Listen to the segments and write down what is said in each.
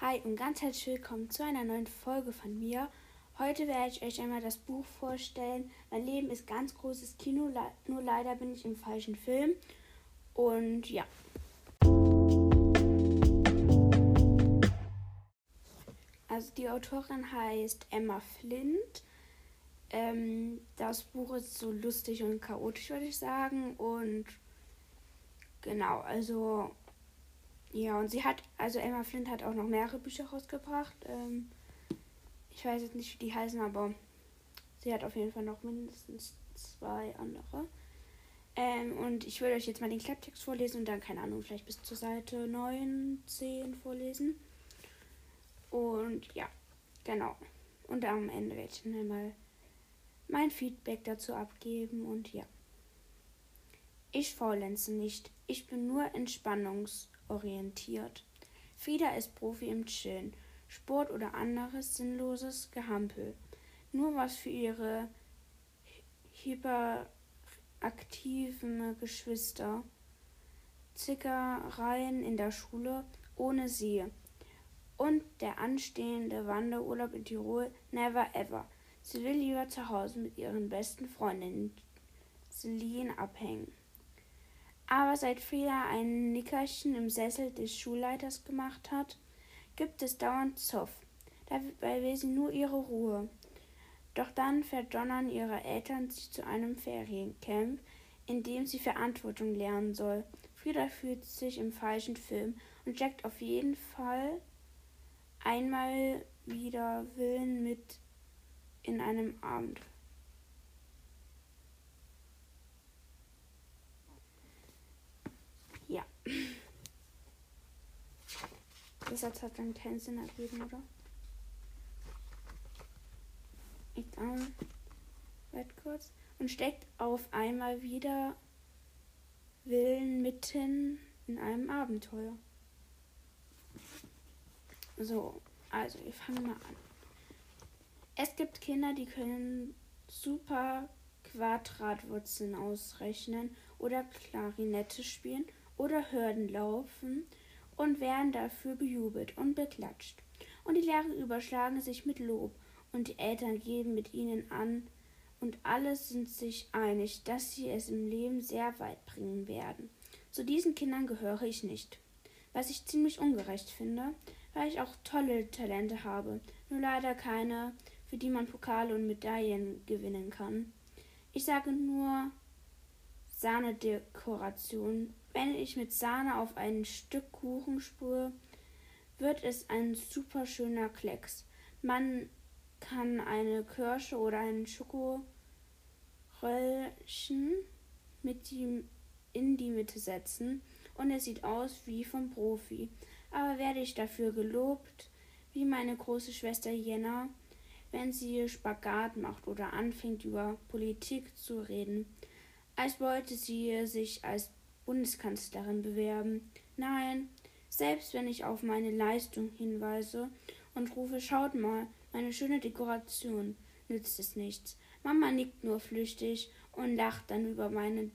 Hi und ganz herzlich willkommen zu einer neuen Folge von mir. Heute werde ich euch einmal das Buch vorstellen. Mein Leben ist ganz großes Kino, nur leider bin ich im falschen Film. Und ja. Also die Autorin heißt Emma Flint. Das Buch ist so lustig und chaotisch, würde ich sagen. Und genau, also ja, und Emma Flint hat auch noch mehrere Bücher rausgebracht. Ich weiß jetzt nicht, wie die heißen, aber sie hat auf jeden Fall noch mindestens 2 andere. Und ich würde euch jetzt mal den Klapptext vorlesen und dann, keine Ahnung, vielleicht bis zur Seite 9, 10 vorlesen. Und ja, genau. Und am Ende werde ich dann mal mein Feedback dazu abgeben und ja. Ich faulenze nicht, ich bin nur entspannungsorientiert. Frieda ist Profi im Chillen, Sport oder anderes sinnloses Gehampel. Nur was für ihre hyperaktiven Geschwister. Zickereien in der Schule ohne sie. Und der anstehende Wanderurlaub in Tirol, never ever. Sie will lieber zu Hause mit ihren besten Freundinnen Celine abhängen. Aber seit Frieda ein Nickerchen im Sessel des Schulleiters gemacht hat, gibt es dauernd Zoff. Dabei will sie nur ihre Ruhe. Doch dann verdonnern ihre Eltern sie zu einem Feriencamp, in dem sie Verantwortung lernen soll. Frieda fühlt sich im falschen Film und checkt auf jeden Fall einmal wieder Willen mit in einem Abend. Ja. Das Satz hat dann keinen Sinn ergeben, oder? Egal. Warte kurz. Und steckt auf einmal wieder Willen mitten in einem Abenteuer. So, also wir fangen mal an. Es gibt Kinder, die können super Quadratwurzeln ausrechnen oder Klarinette spielen oder Hürden laufen und werden dafür bejubelt und beklatscht. Und die Lehrer überschlagen sich mit Lob und die Eltern geben mit ihnen an und alle sind sich einig, dass sie es im Leben sehr weit bringen werden. Zu diesen Kindern gehöre ich nicht, was ich ziemlich ungerecht finde, weil ich auch tolle Talente habe, nur leider keine, für die man Pokale und Medaillen gewinnen kann. Ich sage nur Sahnedekoration. Wenn ich mit Sahne auf ein Stück Kuchen sprühe, wird es ein super schöner Klecks. Man kann eine Kirsche oder ein Schokoröllchen in die Mitte setzen und es sieht aus wie vom Profi. Aber werde ich dafür gelobt, wie meine große Schwester Jenna, wenn sie Spagat macht oder anfängt über Politik zu reden, als wollte sie sich als Bundeskanzlerin bewerben. Nein, selbst wenn ich auf meine Leistung hinweise und rufe, schaut mal, meine schöne Dekoration, nützt es nichts. Mama nickt nur flüchtig und lacht dann über meinen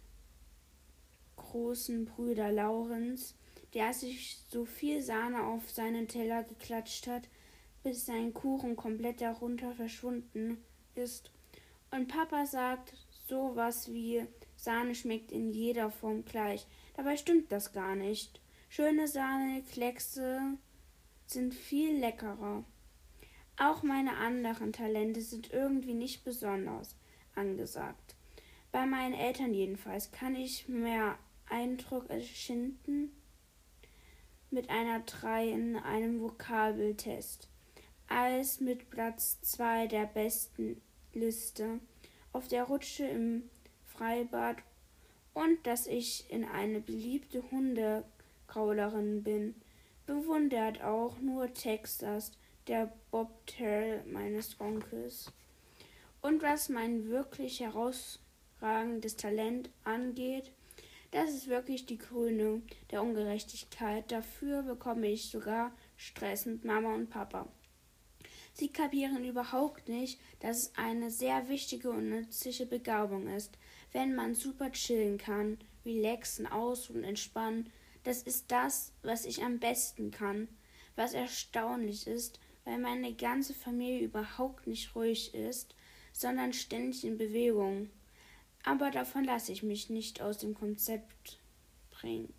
großen Bruder Laurenz, der sich so viel Sahne auf seinen Teller geklatscht hat, bis sein Kuchen komplett darunter verschwunden ist. Und Papa sagt sowas wie, Sahne schmeckt in jeder Form gleich. Dabei stimmt das gar nicht. Schöne Sahne-Kleckse sind viel leckerer. Auch meine anderen Talente sind irgendwie nicht besonders angesagt. Bei meinen Eltern jedenfalls kann ich mehr Eindruck erschinden mit einer 3 in einem Vokabeltest als mit Platz 2 der besten Liste auf der Rutsche im Freibad und dass ich in eine beliebte Hundekraulerin bin, bewundert auch nur Texas, der Bobtail meines Onkels. Und was mein wirklich herausragendes Talent angeht, das ist wirklich die Krönung der Ungerechtigkeit. Dafür bekomme ich sogar Stress mit Mama und Papa. Sie kapieren überhaupt nicht, dass es eine sehr wichtige und nützliche Begabung ist, wenn man super chillen kann, relaxen, ausruhen, entspannen. Das ist das, was ich am besten kann, was erstaunlich ist, weil meine ganze Familie überhaupt nicht ruhig ist, sondern ständig in Bewegung. Aber davon lasse ich mich nicht aus dem Konzept bringen.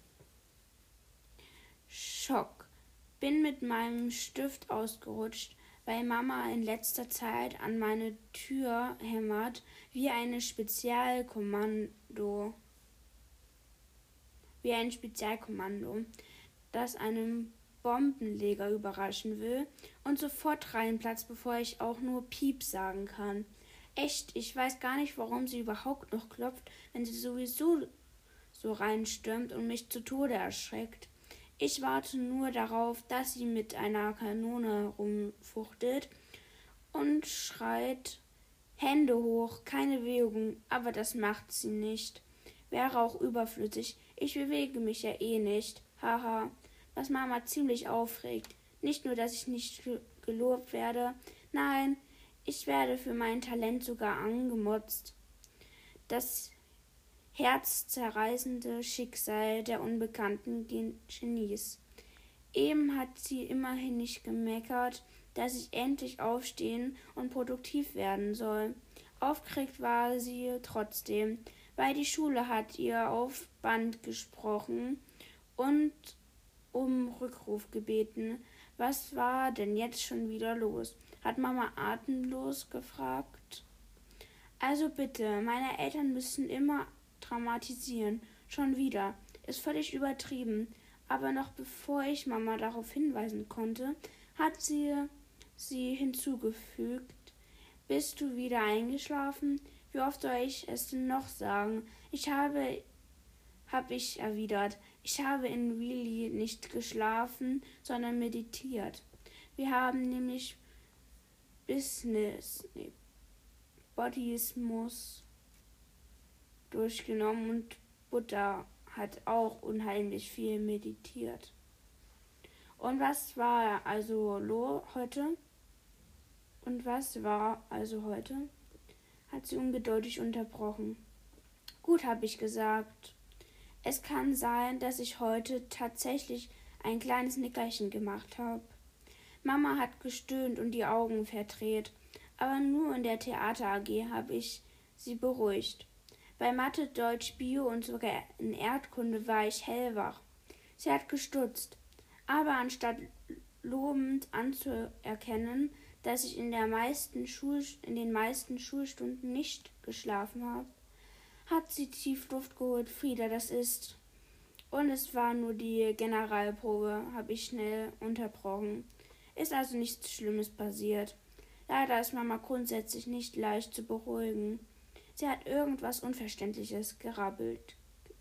Schock. Bin mit meinem Stift ausgerutscht, weil Mama in letzter Zeit an meine Tür hämmert wie ein Spezialkommando, das einen Bombenleger überraschen will und sofort reinplatzt, bevor ich auch nur Piep sagen kann. Echt, ich weiß gar nicht, warum sie überhaupt noch klopft, wenn sie sowieso so reinstürmt und mich zu Tode erschreckt. Ich warte nur darauf, dass sie mit einer Kanone rumfuchtelt und schreit: Hände hoch, keine Bewegung, aber das macht sie nicht. Wäre auch überflüssig, ich bewege mich ja eh nicht. Haha, was Mama ziemlich aufregt. Nicht nur, dass ich nicht gelobt werde, nein, ich werde für mein Talent sogar angemotzt. Das herzzerreißende Schicksal der unbekannten Genies. Eben hat sie immerhin nicht gemeckert, dass ich endlich aufstehen und produktiv werden soll. Aufgeregt war sie trotzdem, weil die Schule hat ihr auf Band gesprochen und um Rückruf gebeten. Was war denn jetzt schon wieder los? Hat Mama atemlos gefragt. Also bitte, meine Eltern müssen immer dramatisieren. Schon wieder. Ist völlig übertrieben. Aber noch bevor ich Mama darauf hinweisen konnte, hat sie hinzugefügt: Bist du wieder eingeschlafen? Wie oft soll ich es denn noch sagen? Hab ich erwidert. Ich habe in Really nicht geschlafen, sondern meditiert. Wir haben nämlich Buddhismus durchgenommen und Buddha hat auch unheimlich viel meditiert. Und was war also heute? Hat sie ungeduldig unterbrochen. Gut, habe ich gesagt. Es kann sein, dass ich heute tatsächlich ein kleines Nickerchen gemacht habe. Mama hat gestöhnt und die Augen verdreht, aber nur in der Theater AG habe ich sie beruhigt. Bei Mathe, Deutsch, Bio und sogar in Erdkunde war ich hellwach. Sie hat gestutzt, aber anstatt lobend anzuerkennen, dass ich in den meisten Schulstunden nicht geschlafen habe, hat sie tief Luft geholt. Frieda, das ist... Und es war nur die Generalprobe, habe ich schnell unterbrochen. Ist also nichts Schlimmes passiert. Leider ist Mama grundsätzlich nicht leicht zu beruhigen. Sie hat irgendwas Unverständliches gebrabbelt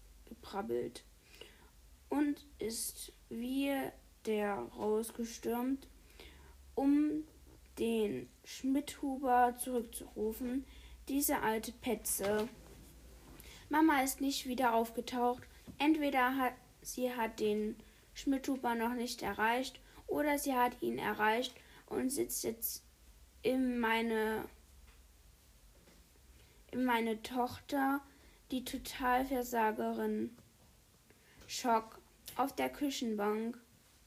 und ist wie der rausgestürmt, um den Schmidhuber zurückzurufen. Diese alte Petze. Mama ist nicht wieder aufgetaucht. Entweder hat sie den Schmidhuber noch nicht erreicht oder sie hat ihn erreicht und sitzt jetzt in meine Tochter, die Totalversagerin. Schock. Auf der Küchenbank.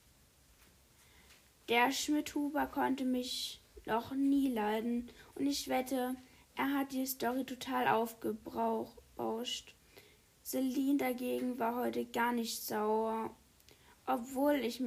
Der Schmidhuber konnte mich noch nie leiden und ich wette, er hat die Story total aufgebauscht. Celine dagegen war heute gar nicht sauer, obwohl ich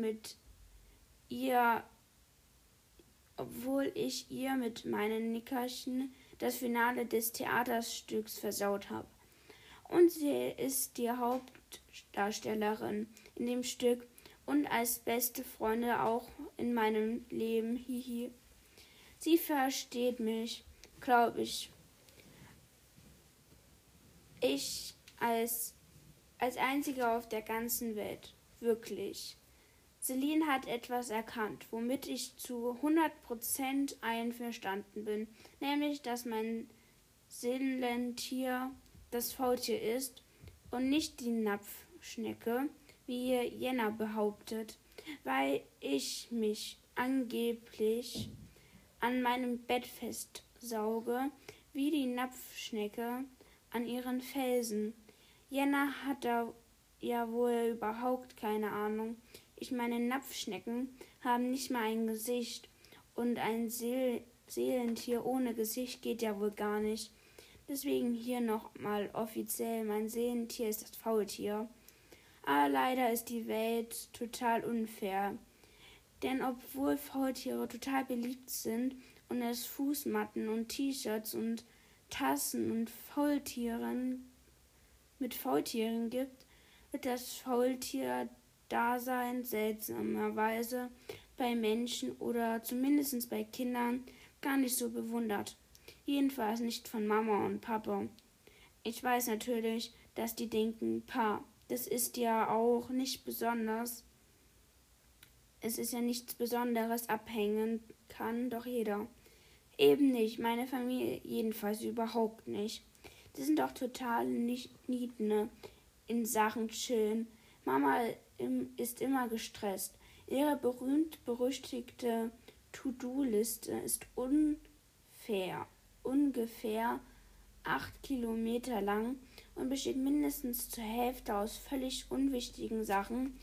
ihr mit meinen Nickerchen das Finale des Theaterstücks versaut habe. Und sie ist die Hauptdarstellerin in dem Stück und als beste Freundin auch in meinem Leben. Hihi. Sie versteht mich, glaube ich. Ich als einzige auf der ganzen Welt. Wirklich. Celine hat etwas erkannt, womit ich zu 100% einverstanden bin, nämlich, dass mein Seelentier das Faultier ist und nicht die Napfschnecke, wie Jenna behauptet, weil ich mich angeblich an meinem Bett festsauge, wie die Napfschnecke an ihren Felsen. Jenna hat da ja wohl überhaupt keine Ahnung. Ich meine, Napfschnecken haben nicht mal ein Gesicht und ein Seelentier ohne Gesicht geht ja wohl gar nicht. Deswegen hier nochmal offiziell, mein Seelentier ist das Faultier. Aber leider ist die Welt total unfair. Denn obwohl Faultiere total beliebt sind und es Fußmatten und T-Shirts und Tassen und mit Faultieren gibt, wird das Faultier-Dasein seltsamerweise bei Menschen oder zumindest bei Kindern gar nicht so bewundert. Jedenfalls nicht von Mama und Papa. Ich weiß natürlich, dass die denken, das ist ja auch nicht besonders. Es ist ja nichts Besonderes, abhängen kann doch jeder. Eben nicht, meine Familie jedenfalls überhaupt nicht. Die sind doch total Nieten in Sachen Chillen. Mama ist immer gestresst. Ihre berühmt-berüchtigte To-Do-Liste ist ungefähr 8 Kilometer lang und besteht mindestens zur Hälfte aus völlig unwichtigen Sachen.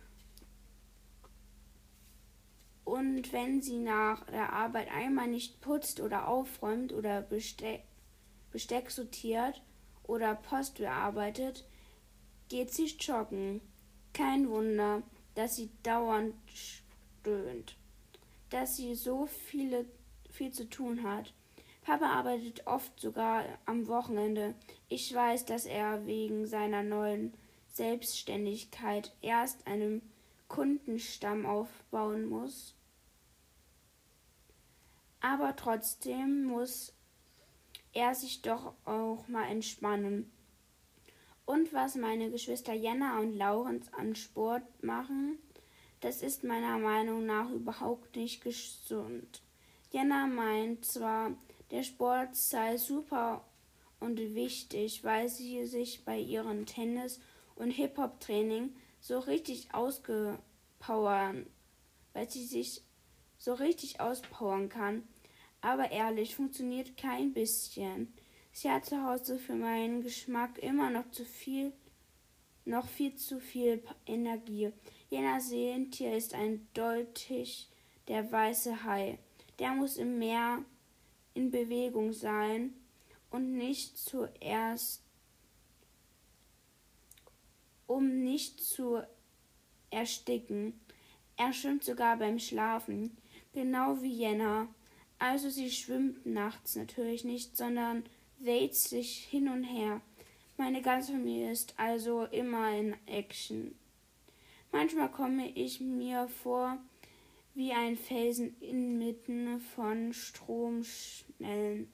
Und wenn sie nach der Arbeit einmal nicht putzt oder aufräumt oder Besteck sortiert oder Post bearbeitet, geht sie joggen. Kein Wunder, dass sie dauernd stöhnt, dass sie so viel zu tun hat. Papa arbeitet oft sogar am Wochenende. Ich weiß, dass er wegen seiner neuen Selbstständigkeit erst einen Kundenstamm aufbauen muss. Aber trotzdem muss er sich doch auch mal entspannen. Und was meine Geschwister Jenna und Laurenz an Sport machen, das ist meiner Meinung nach überhaupt nicht gesund. Jenna meint zwar, der Sport sei super und wichtig, weil sie sich bei ihrem Tennis- und Hip-Hop-Training so richtig auspowern kann. Aber ehrlich, funktioniert kein bisschen. Sie hat zu Hause für meinen Geschmack immer noch viel zu viel Energie. Jener Seelentier ist eindeutig der weiße Hai. Der muss im Meer in Bewegung sein und um nicht zu ersticken. Er schwimmt sogar beim Schlafen, genau wie Jenna. Also sie schwimmt nachts natürlich nicht, sondern wälzt sich hin und her. Meine ganze Familie ist also immer in Action. Manchmal komme ich mir vor wie ein Felsen inmitten von Stromschnellen.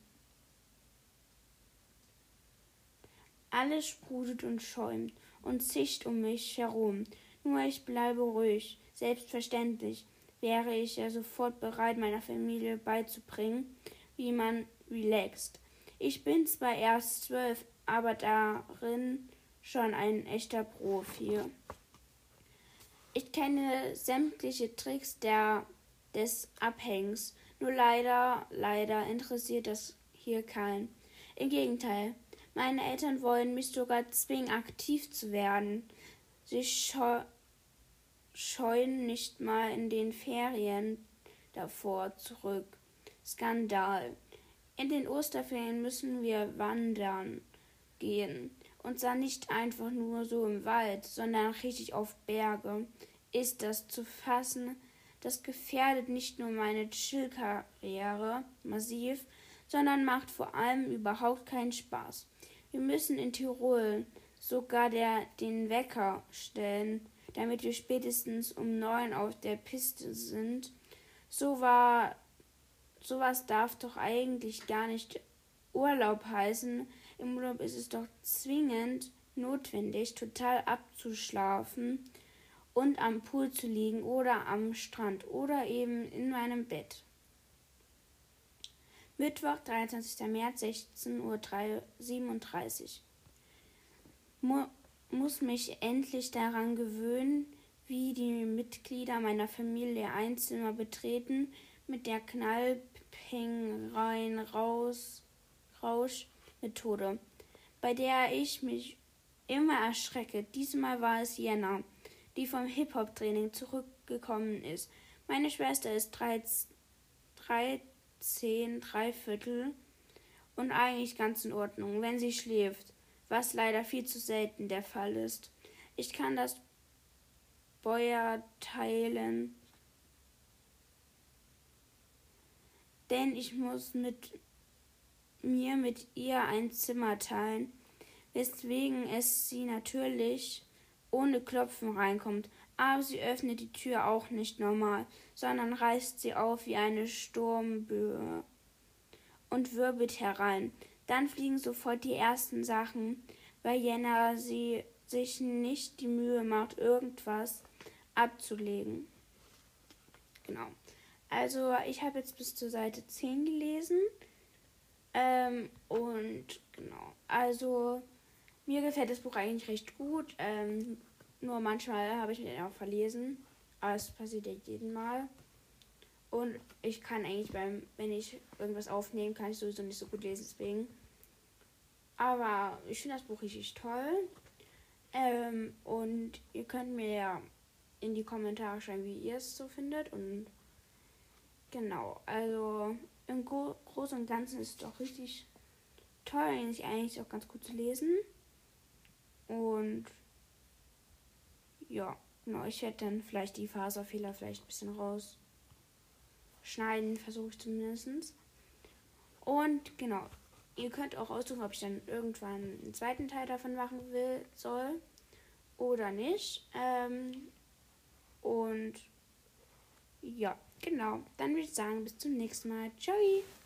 Alles sprudelt und schäumt und zischt um mich herum. Nur ich bleibe ruhig. Selbstverständlich wäre ich ja sofort bereit, meiner Familie beizubringen, wie man relaxt. Ich bin zwar erst 12, aber darin schon ein echter Profi. Ich kenne sämtliche Tricks des Abhängens, nur leider interessiert das hier keinen. Im Gegenteil, meine Eltern wollen mich sogar zwingen, aktiv zu werden. Sie scheuen nicht mal in den Ferien davor zurück. Skandal. In den Osterferien müssen wir wandern gehen. Und zwar nicht einfach nur so im Wald, sondern richtig auf Berge. Ist das zu fassen? Das gefährdet nicht nur meine Chill-Karriere massiv, sondern macht vor allem überhaupt keinen Spaß. Wir müssen in Tirol sogar den Wecker stellen, damit wir spätestens um 9 auf der Piste sind. Sowas darf doch eigentlich gar nicht Urlaub heißen. Im Urlaub ist es doch zwingend notwendig, total abzuschlafen und am Pool zu liegen oder am Strand oder eben in meinem Bett. Mittwoch, 23. März, 16:37 Uhr. Muss mich endlich daran gewöhnen, wie die Mitglieder meiner Familie ein Zimmer betreten, mit der Knall-Peng-Rein-Rausch-Methode, bei der ich mich immer erschrecke. Diesmal war es Jenna. die vom Hip-Hop-Training zurückgekommen ist. Meine Schwester ist 13, 3/4 und eigentlich ganz in Ordnung, wenn sie schläft, was leider viel zu selten der Fall ist. Ich kann das beurteilen, denn ich muss mit ihr ein Zimmer teilen, weswegen es sie natürlich ohne Klopfen reinkommt. Aber sie öffnet die Tür auch nicht normal, sondern reißt sie auf wie eine Sturmböe und wirbelt herein. Dann fliegen sofort die ersten Sachen, weil Jenna sie sich nicht die Mühe macht, irgendwas abzulegen. Genau. Also ich habe jetzt bis zur Seite 10 gelesen. Und genau. Also mir gefällt das Buch eigentlich recht gut. Nur manchmal habe ich mich auch verlesen. Aber es passiert ja jeden Mal. Und ich kann eigentlich wenn ich irgendwas aufnehme, kann ich sowieso nicht so gut lesen, deswegen. Aber ich finde das Buch richtig toll. Und ihr könnt mir ja in die Kommentare schreiben, wie ihr es so findet. Und genau, also im Großen und Ganzen ist es doch richtig toll, eigentlich auch ganz gut zu lesen. Und ja, genau, ich werde dann vielleicht die Faserfehler vielleicht ein bisschen rausschneiden, versuche ich zumindest. Und genau, ihr könnt auch aussuchen, ob ich dann irgendwann einen zweiten Teil davon machen soll oder nicht. Und ja, genau, dann würde ich sagen, bis zum nächsten Mal. Ciao!